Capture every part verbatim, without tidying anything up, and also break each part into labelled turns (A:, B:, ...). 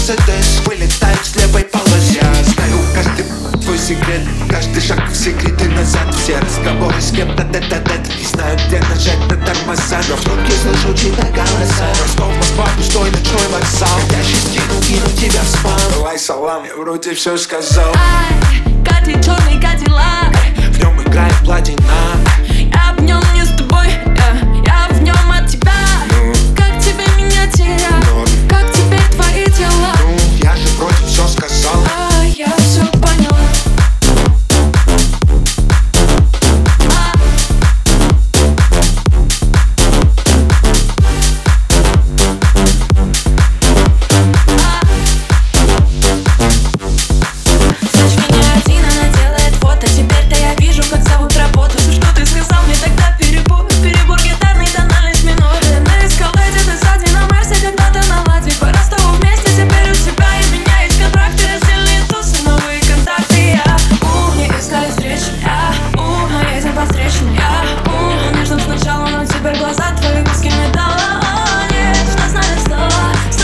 A: Мерседес вылетает с левой полосы. Я знаю каждый твой секрет, каждый шаг секреты назад. Все разговоры с кем-то тет-а-тет, не знаю, где нажать на тормоза. Но вдруг я слышу чьи-то голоса. Ростов, Москва, пустой ночной вокзал. Я сейчас кину, кину тебя в спам. Давай салам, я вроде все сказал.
B: Ай, Катя, черный Кадиллак,
A: в нем играет платина.
B: я в нем не с тобой, я, я в нем от тебя.
A: Ну,
B: как тебе менять я,
A: но,
B: как теперь твои дела?
A: ну, я же вроде все сказал.
B: А, я все поняла.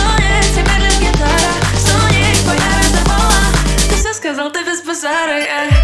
B: Сказал, ты без базара, я